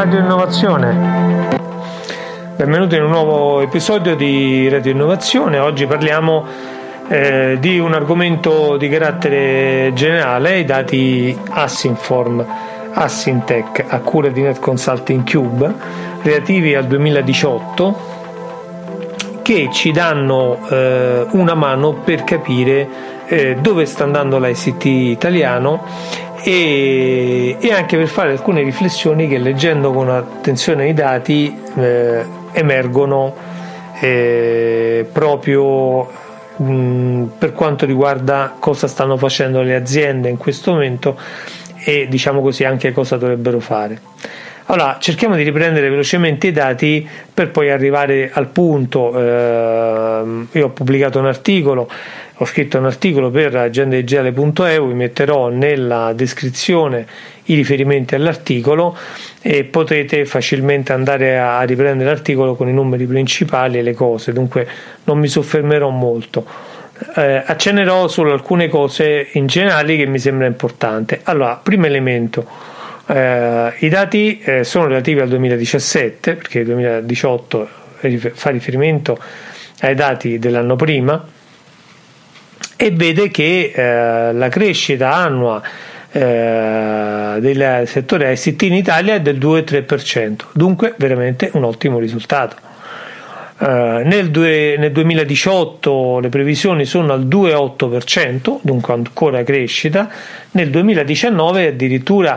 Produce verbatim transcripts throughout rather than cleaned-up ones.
Radio Innovazione. Benvenuti in un nuovo episodio di Radio Innovazione. Oggi parliamo eh, di un argomento di carattere generale, i dati Assinform, Assintech, a cura di Net Consulting Cube, relativi al duemiladiciotto, che ci danno eh, una mano per capire eh, dove sta andando l'I C T italiano e, e anche per fare alcune riflessioni che, leggendo con attenzione i dati, eh, emergono eh, proprio mh, per quanto riguarda cosa stanno facendo le aziende in questo momento e, diciamo così, anche cosa dovrebbero fare. Allora, cerchiamo di riprendere velocemente i dati per poi arrivare al punto. Eh, io ho pubblicato un articolo, ho scritto un articolo per agenda digitale punto e u, vi metterò nella descrizione i riferimenti all'articolo e potete facilmente andare a riprendere l'articolo con i numeri principali e le cose, dunque non mi soffermerò molto. Eh, accennerò solo alcune cose in generale che mi sembra importante. Allora, primo elemento. Uh, i dati eh, sono relativi al duemiladiciassette, perché il duemiladiciotto fa riferimento ai dati dell'anno prima, e vede che eh, la crescita annua eh, del settore I C T in Italia è del due virgola tre per cento, dunque veramente un ottimo risultato. Uh, nel, due, nel duemiladiciotto le previsioni sono al due virgola otto per cento, dunque ancora crescita. Nel duemiladiciannove addirittura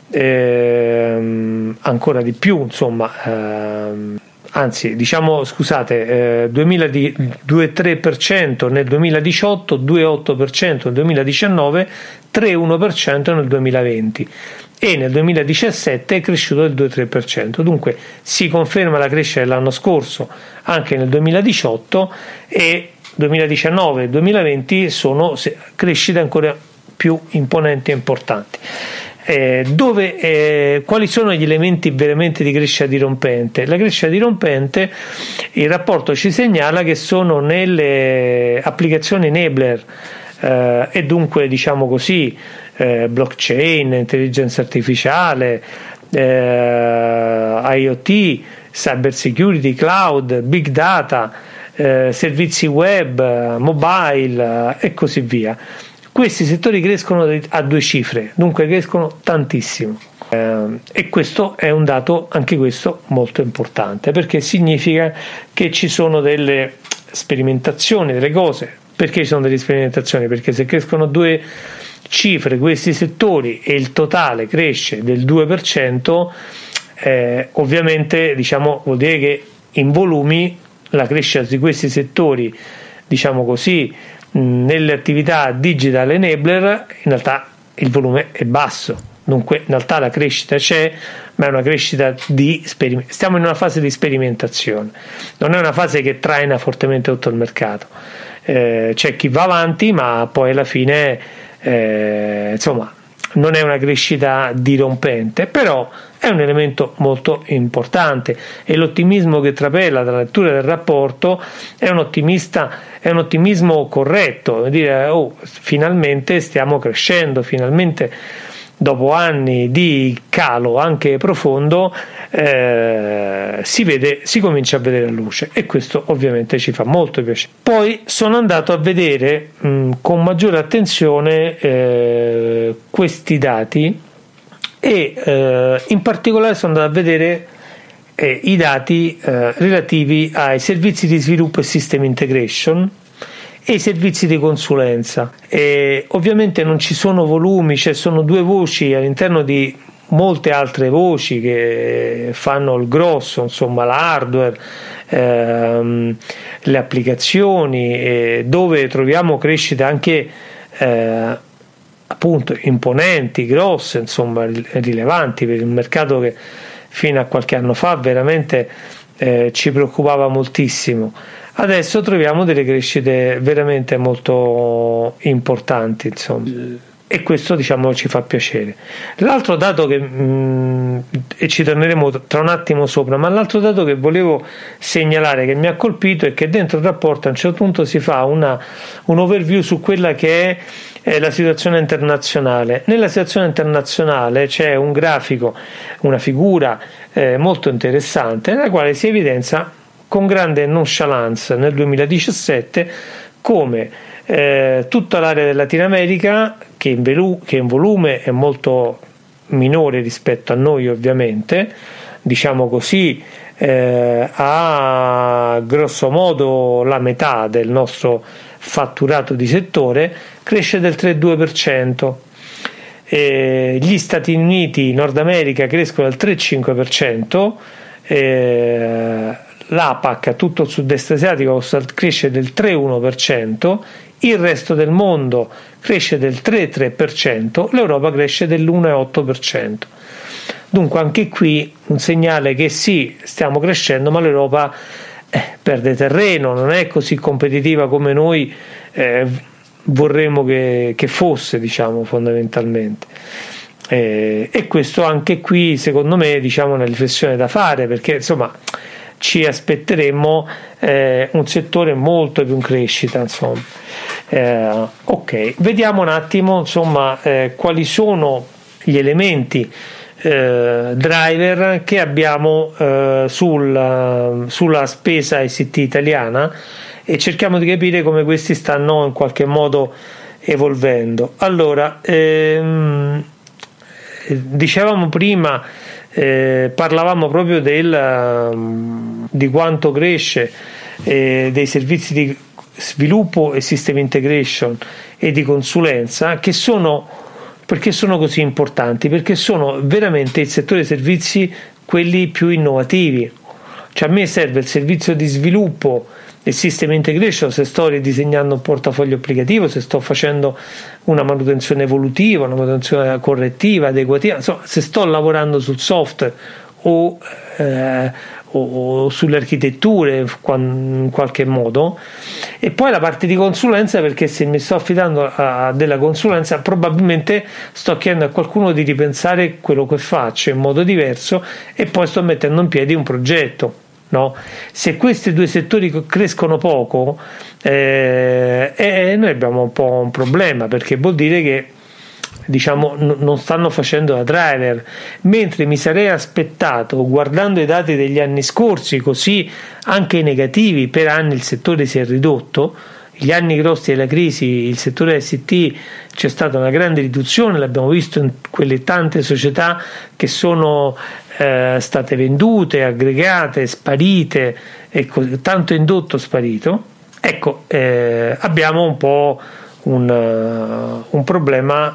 Eh, ancora di più, insomma, eh, anzi diciamo scusate eh, due virgola tre per cento nel duemiladiciotto, due virgola otto per cento nel duemiladiciannove, tre virgola uno per cento nel duemilaventi e nel duemiladiciassette è cresciuto del due virgola tre per cento, dunque si conferma la crescita dell'anno scorso anche nel duemiladiciotto, e duemiladiciannove e duemilaventi sono crescite ancora più imponenti e importanti. Eh, dove, eh, quali sono gli elementi veramente di crescita dirompente? La crescita dirompente, il rapporto ci segnala che sono nelle applicazioni enabler eh, e dunque, diciamo così, eh, blockchain, intelligenza artificiale, eh, IoT, cyber security, cloud, big data, eh, servizi web, mobile eh, e così via. Questi settori crescono a due cifre, dunque crescono tantissimo, eh, e questo è un dato, anche questo, molto importante, perché significa che ci sono delle sperimentazioni, delle cose. Perché ci sono delle sperimentazioni? Perché se crescono due cifre questi settori e il totale cresce del due per cento, eh, ovviamente, diciamo, vuol dire che in volumi la crescita di questi settori, diciamo così, nelle attività digital enabler, in realtà il volume è basso, dunque in realtà la crescita c'è, ma è una crescita di sperimentazione. Stiamo in una fase di sperimentazione, non è una fase che traina fortemente tutto il mercato. Eh, c'è chi va avanti, ma poi alla fine eh, insomma non è una crescita dirompente, però è un elemento molto importante, e l'ottimismo che trapela dalla lettura del rapporto è un ottimista è un ottimismo corretto, dire oh, finalmente stiamo crescendo, finalmente dopo anni di calo anche profondo eh, si vede, si comincia a vedere la luce, e questo ovviamente ci fa molto piacere. Poi sono andato a vedere mh, con maggiore attenzione eh, questi dati, e eh, in particolare sono andato a vedere eh, i dati eh, relativi ai servizi di sviluppo e system integration e i servizi di consulenza. E ovviamente non ci sono volumi, cioè sono due voci all'interno di molte altre voci che fanno il grosso, insomma l'hardware, ehm, le applicazioni, eh, dove troviamo crescite anche eh, appunto imponenti, grosse, insomma rilevanti per il mercato che fino a qualche anno fa veramente eh, ci preoccupava moltissimo. Adesso troviamo delle crescite veramente molto importanti, insomma. e questo diciamo ci fa piacere. L'altro dato che mh, e ci torneremo tra un attimo sopra, ma l'altro dato che volevo segnalare, che mi ha colpito, è che dentro il rapporto a un certo punto si fa una, un overview su quella che è è la situazione internazionale. Nella situazione internazionale c'è un grafico, una figura eh, molto interessante, nella quale si evidenzia con grande nonchalance nel duemiladiciassette come eh, tutta l'area del Latino America, che in, velu- che in volume è molto minore rispetto a noi ovviamente, diciamo così, eh, ha grosso modo la metà del nostro fatturato di settore, cresce del tre virgola due per cento. Eh, gli Stati Uniti, Nord America crescono del tre virgola cinque per cento, eh, l'APAC, tutto il sud-est asiatico, cresce del tre virgola uno per cento, il resto del mondo cresce del tre virgola tre per cento, l'Europa cresce dell'uno virgola otto per cento. Dunque anche qui un segnale che sì, stiamo crescendo, ma l'Europa eh, perde terreno, non è così competitiva come noi eh, vorremmo che, che fosse, diciamo, fondamentalmente. Eh, e questo anche qui secondo me, diciamo, è una riflessione da fare, perché insomma ci aspetteremmo eh, un settore molto più in crescita, insomma. Eh, ok, vediamo un attimo insomma eh, quali sono gli elementi eh, driver che abbiamo eh, sul, sulla spesa I C T italiana, e cerchiamo di capire come questi stanno in qualche modo evolvendo. Allora, ehm, dicevamo prima, eh, parlavamo proprio del, di quanto cresce eh, dei servizi di sviluppo e system integration e di consulenza, che sono, perché sono così importanti? Perché sono veramente il settore dei servizi quelli più innovativi. Cioè a me serve il servizio di sviluppo e system integration se sto ridisegnando un portafoglio applicativo, se sto facendo una manutenzione evolutiva, una manutenzione correttiva, adeguativa, insomma, se sto lavorando sul software o, eh, o, o sulle architetture in qualche modo. E poi la parte di consulenza, perché se mi sto affidando a della consulenza probabilmente sto chiedendo a qualcuno di ripensare quello che faccio in modo diverso, e poi sto mettendo in piedi un progetto. No? Se questi due settori crescono poco, eh, eh, noi abbiamo un po' un problema, perché vuol dire che, diciamo, n- non stanno facendo da driver, mentre mi sarei aspettato, guardando i dati degli anni scorsi, così anche negativi, per anni il settore si è ridotto. Gli anni grossi della crisi, il settore I C T, c'è stata una grande riduzione, l'abbiamo visto in quelle tante società che sono eh, state vendute, aggregate, sparite, e così, tanto indotto sparito. Ecco, eh, abbiamo un po' un, uh, un problema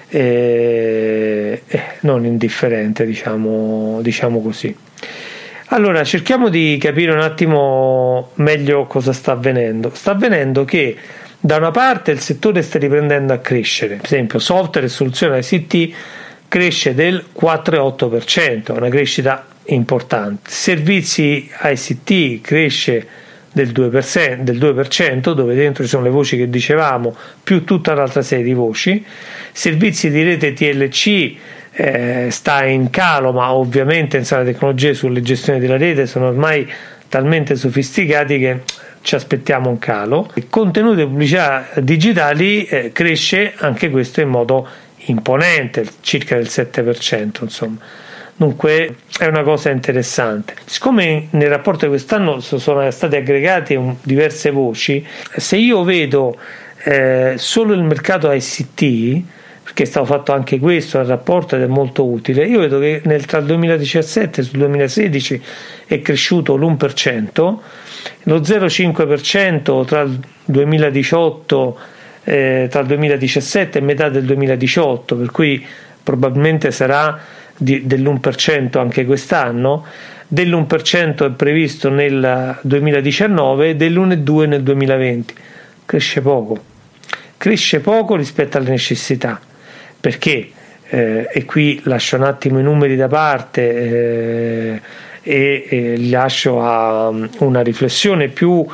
eh, eh, non indifferente, diciamo, diciamo così. Allora, cerchiamo di capire un attimo meglio cosa sta avvenendo. Sta avvenendo che da una parte il settore sta riprendendo a crescere, per esempio software e soluzioni I C T cresce del quattro virgola otto per cento, una crescita importante. Servizi I C T cresce del due per cento, del due per cento, dove dentro ci sono le voci che dicevamo, più tutta un'altra serie di voci. Servizi di rete T L C Eh, sta in calo, ma ovviamente insomma, le tecnologie sulle gestioni della rete sono ormai talmente sofisticati che ci aspettiamo un calo. Il contenuto e pubblicità digitali eh, cresce anche questo in modo imponente, circa del sette per cento, insomma. Dunque è una cosa interessante. Siccome nel rapporto di quest'anno sono state aggregate un, diverse voci, se io vedo eh, solo il mercato I C T, perché è stato fatto anche questo nel rapporto ed è molto utile, io vedo che nel, tra il duemiladiciassette e il duemilasedici è cresciuto l'uno per cento, lo zero virgola cinque per cento tra il duemiladiciotto eh, tra il duemiladiciassette e metà del duemiladiciotto, per cui probabilmente sarà di, dell'uno per cento anche quest'anno, dell'uno per cento è previsto nel duemiladiciannove e dell'uno virgola due per cento nel duemilaventi. Cresce poco, cresce poco rispetto alle necessità. Perché, eh, e qui lascio un attimo i numeri da parte eh, e, e lascio a una riflessione più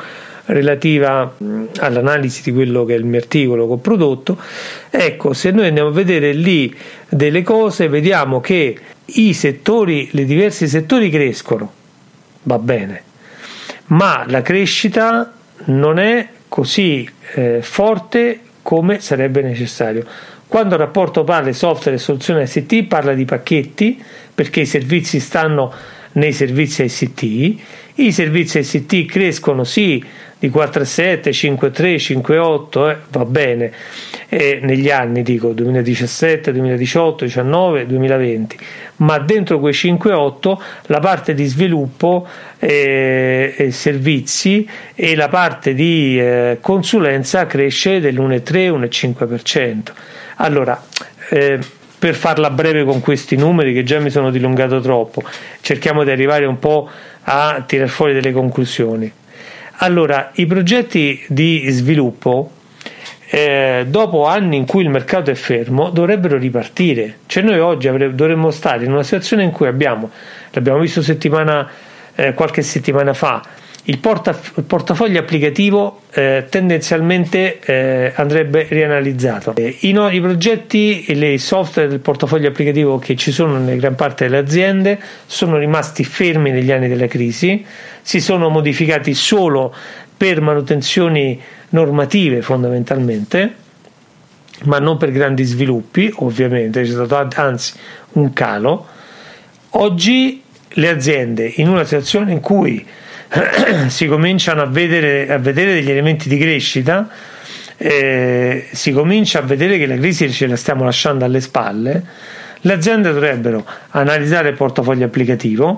relativa all'analisi di quello che è il mio articolo che ho prodotto. Ecco, se noi andiamo a vedere lì delle cose, vediamo che i settori, i diversi settori crescono, va bene, ma la crescita non è così eh, forte come sarebbe necessario. Quando il rapporto parla di software e soluzioni I C T parla di pacchetti, perché i servizi stanno nei servizi I C T. I servizi I C T crescono sì di quattro virgola sette, cinque virgola tre, cinque virgola otto, eh, va bene, eh, negli anni dico duemiladiciassette, duemiladiciotto, duemiladiciannove, duemilaventi, ma dentro quei cinque virgola otto la parte di sviluppo e eh, servizi e la parte di eh, consulenza cresce dell'uno virgola tre, uno virgola cinque per cento. Allora, eh, per farla breve con questi numeri che già mi sono dilungato troppo, cerchiamo di arrivare un po' a tirar fuori delle conclusioni. Allora, i progetti di sviluppo eh, dopo anni in cui il mercato è fermo dovrebbero ripartire. Cioè noi oggi avre- dovremmo stare in una situazione in cui abbiamo, l'abbiamo visto settimana eh, qualche settimana fa, il, portaf- il portafoglio applicativo eh, tendenzialmente eh, andrebbe rianalizzato. Eh, i, no- I progetti e le software del portafoglio applicativo che ci sono nella gran parte delle aziende sono rimasti fermi negli anni della crisi, si sono modificati solo per manutenzioni normative fondamentalmente, ma non per grandi sviluppi, ovviamente c'è stato anzi un calo. Oggi le aziende, in una situazione in cui si cominciano a vedere, a vedere degli elementi di crescita, eh, si comincia a vedere che la crisi ce la stiamo lasciando alle spalle, le aziende dovrebbero analizzare il portafoglio applicativo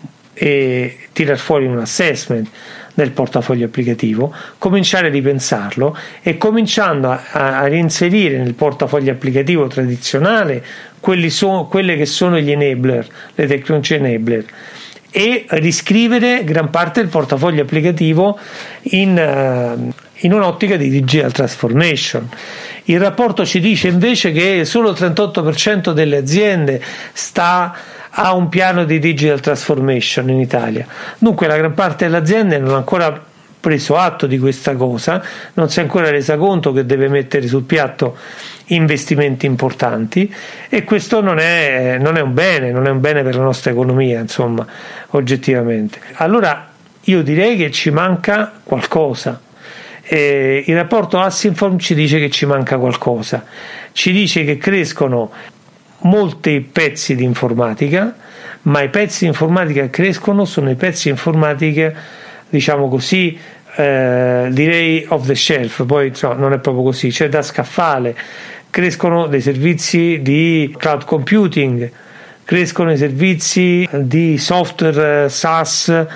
e tirar fuori un assessment del portafoglio applicativo, cominciare a ripensarlo e cominciando a, a reinserire nel portafoglio applicativo tradizionale quelli so, quelle che sono gli enabler, le tecnologie enabler, e riscrivere gran parte del portafoglio applicativo in, uh, in un'ottica di digital transformation. Il rapporto ci dice invece che solo il trentotto per cento delle aziende sta a un piano di digital transformation in Italia. Dunque la gran parte delle aziende non ha ancora preso atto di questa cosa, non si è ancora resa conto che deve mettere sul piatto investimenti importanti, e questo non è, non è un bene, non è un bene per la nostra economia, insomma, oggettivamente. Allora io direi che ci manca qualcosa. Eh, il rapporto Assinform ci dice che ci manca qualcosa, ci dice che crescono molti pezzi di informatica, ma i pezzi di informatica che crescono sono i pezzi di informatica, diciamo così, eh, direi off the shelf, poi insomma, non è proprio così, cioè da scaffale. Crescono dei servizi di cloud computing, crescono i servizi di software SaaS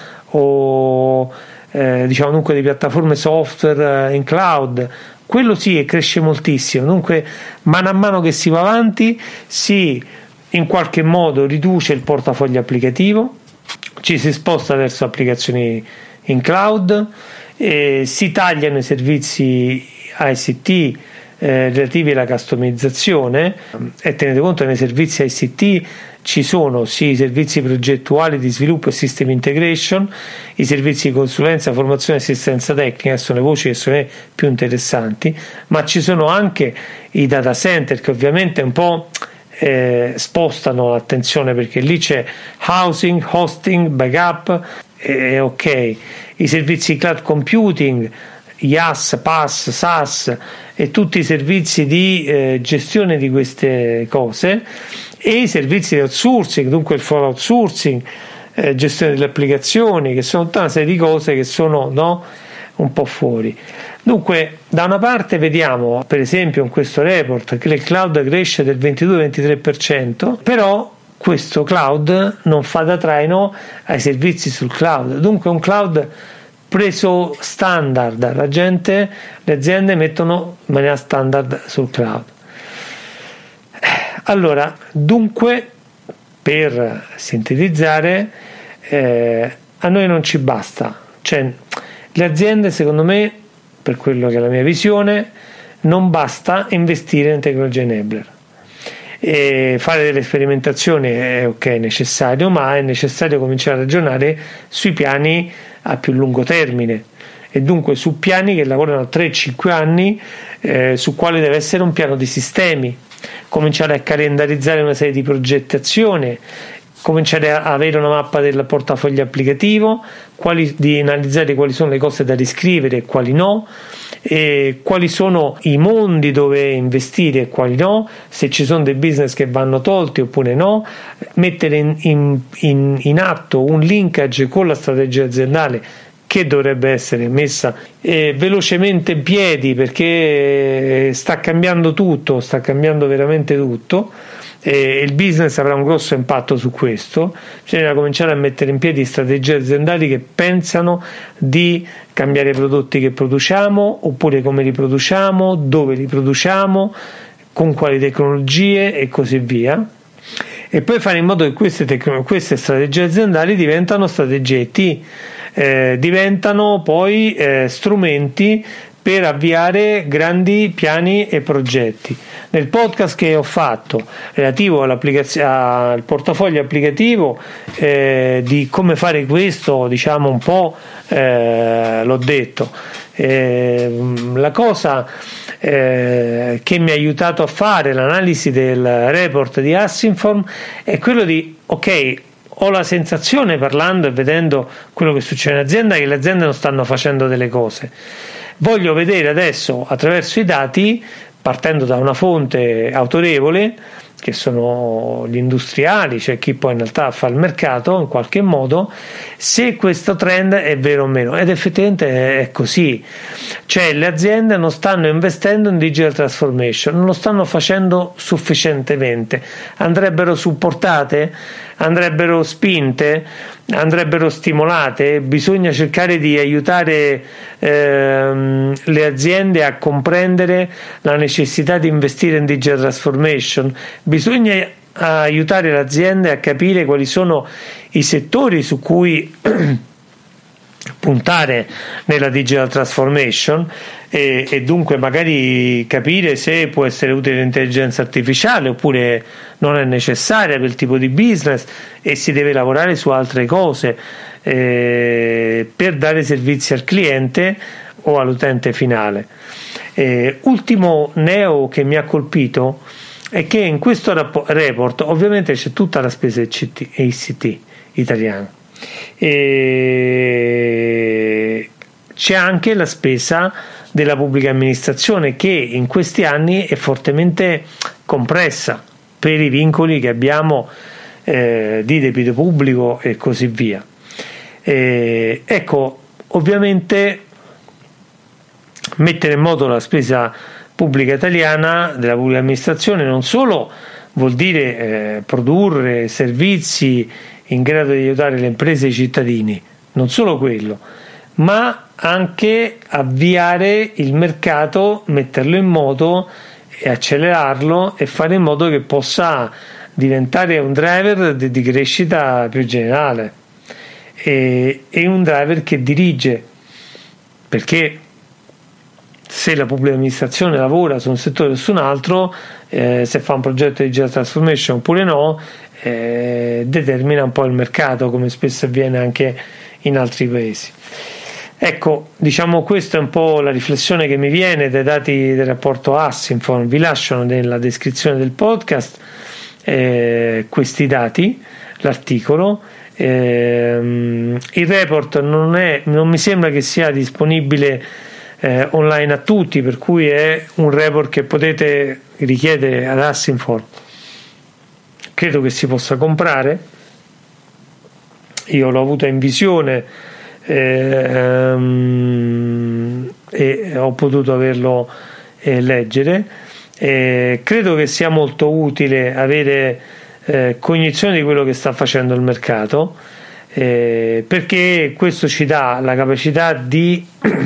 o eh, diciamo dunque di piattaforme software in cloud. Quello sì, e cresce moltissimo. Dunque mano a mano che si va avanti si in qualche modo riduce il portafoglio applicativo, ci si sposta verso applicazioni in cloud, eh, si tagliano i servizi I C T eh, relativi alla customizzazione, e tenete conto che nei servizi I C T ci sono sì i servizi progettuali di sviluppo e system integration, i servizi di consulenza, formazione e assistenza tecnica, sono le voci che sono le più interessanti, ma ci sono anche i data center che ovviamente un po' eh, spostano l'attenzione, perché lì c'è housing, hosting, backup, eh, ok, i servizi cloud computing, I A S, P A S, SaaS e tutti i servizi di eh, gestione di queste cose, e i servizi di outsourcing, dunque il for outsourcing, eh, gestione delle applicazioni, che sono tutta una serie di cose che sono no, un po' fuori. Dunque da una parte vediamo per esempio in questo report che il cloud cresce del ventidue ventitré per cento, però questo cloud non fa da traino ai servizi sul cloud, dunque un cloud preso standard, la gente, le aziende mettono in maniera standard sul cloud. Allora, dunque, per sintetizzare, eh, a noi non ci basta, cioè le aziende, secondo me, per quello che è la mia visione, non basta investire in tecnologia enabler. E fare delle sperimentazioni è ok, necessario, ma è necessario cominciare a ragionare sui piani a più lungo termine e dunque su piani che lavorano a tre cinque anni, eh, su quale deve essere un piano di sistemi, cominciare a calendarizzare una serie di progettazione, cominciare a avere una mappa del portafoglio applicativo, quali, di analizzare quali sono le cose da riscrivere e quali no, e quali sono i mondi dove investire e quali no, se ci sono dei business che vanno tolti oppure no, mettere in, in, in, in atto un linkage con la strategia aziendale che dovrebbe essere messa eh, velocemente in piedi, perché sta cambiando tutto, sta cambiando veramente tutto. E il business avrà un grosso impatto su questo. Bisogna cominciare a mettere in piedi strategie aziendali che pensano di cambiare i prodotti che produciamo, oppure come li produciamo, dove li produciamo, con quali tecnologie e così via, e poi fare in modo che queste, tecno- queste strategie aziendali diventano strategie I T, eh, diventano poi eh, strumenti per avviare grandi piani e progetti. Nel podcast che ho fatto relativo al portafoglio applicativo, eh, di come fare questo, diciamo un po' eh, l'ho detto. Eh, la cosa eh, che mi ha aiutato a fare l'analisi del report di Assinform è quello di ok, ho la sensazione, parlando e vedendo quello che succede in azienda, che le aziende non stanno facendo delle cose. Voglio vedere adesso attraverso i dati, partendo da una fonte autorevole, che sono gli industriali, cioè chi poi in realtà fa il mercato in qualche modo, se questo trend è vero o meno. Ed effettivamente è così, cioè le aziende non stanno investendo in digital transformation, non lo stanno facendo sufficientemente, andrebbero supportate, andrebbero spinte, andrebbero stimolate. Bisogna cercare di aiutare ehm, le aziende a comprendere la necessità di investire in digital transformation, bisogna aiutare le aziende a capire quali sono i settori su cui puntare nella digital transformation e, e dunque magari capire se può essere utile l'intelligenza artificiale oppure non è necessaria per il tipo di business, e si deve lavorare su altre cose eh, per dare servizi al cliente o all'utente finale. Eh, ultimo neo che mi ha colpito è che in questo report ovviamente c'è tutta la spesa I C T italiana, e c'è anche la spesa della pubblica amministrazione, che in questi anni è fortemente compressa per i vincoli che abbiamo eh, di debito pubblico e così via. Eh, ecco, ovviamente mettere in moto la spesa pubblica italiana della pubblica amministrazione non solo vuol dire eh, produrre servizi in grado di aiutare le imprese e i cittadini, non solo quello, ma anche avviare il mercato, metterlo in moto e accelerarlo e fare in modo che possa diventare un driver di, di crescita più generale e, e un driver che dirige, perché se la pubblica amministrazione lavora su un settore o su un altro, eh, se fa un progetto di digital transformation oppure no, eh, determina un po' il mercato, come spesso avviene anche in altri paesi. Ecco, diciamo, questa è un po' la riflessione che mi viene dai dati del rapporto Assinform. Vi lascio nella descrizione del podcast eh, questi dati, l'articolo. Eh, il report non è, non mi sembra che sia disponibile Eh, online a tutti, per cui è un report che potete richiedere ad Assinform. Credo che si possa comprare, io l'ho avuta in visione ehm, e ho potuto averlo eh, leggere. Eh, credo che sia molto utile avere eh, cognizione di quello che sta facendo il mercato, eh, perché questo ci dà la capacità di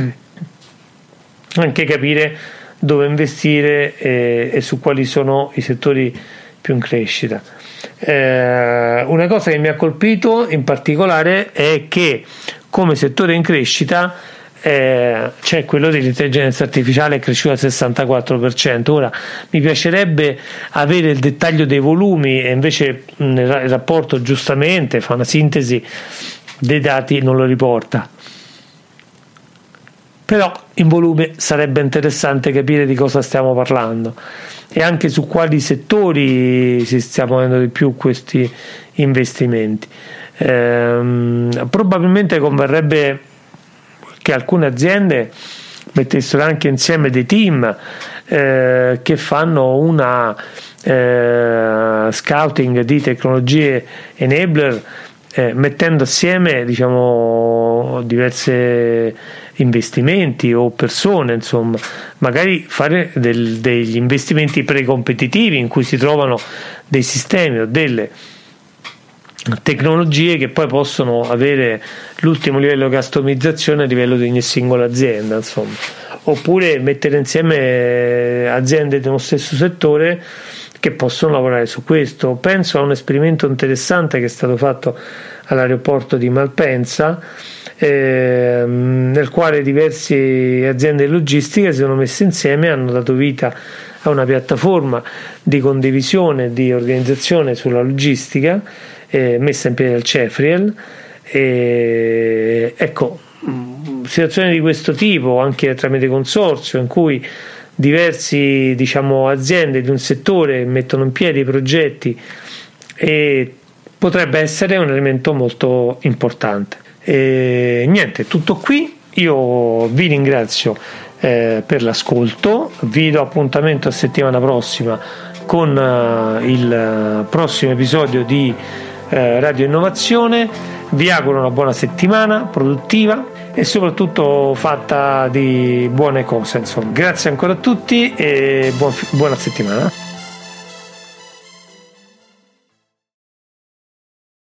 anche capire dove investire e, e su quali sono i settori più in crescita. Eh, una cosa che mi ha colpito in particolare è che come settore in crescita eh, c'è quello dell'intelligenza artificiale, è cresciuto al sessantaquattro per cento. Ora mi piacerebbe avere il dettaglio dei volumi, e invece nel rapporto giustamente fa una sintesi dei dati, non lo riporta. Però in volume sarebbe interessante capire di cosa stiamo parlando e anche su quali settori si stiamo avendo di più questi investimenti. Ehm, probabilmente converrebbe che alcune aziende mettessero anche insieme dei team eh, che fanno una eh, scouting di tecnologie enabler, eh, mettendo assieme, diciamo, diverse investimenti o persone, insomma, magari fare del, degli investimenti precompetitivi in cui si trovano dei sistemi o delle tecnologie che poi possono avere l'ultimo livello di customizzazione a livello di ogni singola azienda, insomma. Oppure mettere insieme aziende dello stesso settore che possono lavorare su questo. Penso a un esperimento interessante che è stato fatto all'aeroporto di Malpensa, eh, nel quale diverse aziende logistiche si sono messe insieme e hanno dato vita a una piattaforma di condivisione, di organizzazione sulla logistica, eh, messa in piedi dal Cefriel. E, ecco, situazioni di questo tipo anche tramite consorzio, in cui diversi, diciamo, aziende di un settore mettono in piedi progetti, e potrebbe essere un elemento molto importante. E niente, tutto qui. Io vi ringrazio eh, per l'ascolto, vi do appuntamento a settimana prossima con uh, il prossimo episodio di uh, Radio Innovazione. Vi auguro una buona settimana produttiva e soprattutto fatta di buone cose, insomma. Grazie ancora a tutti e buon, buona settimana.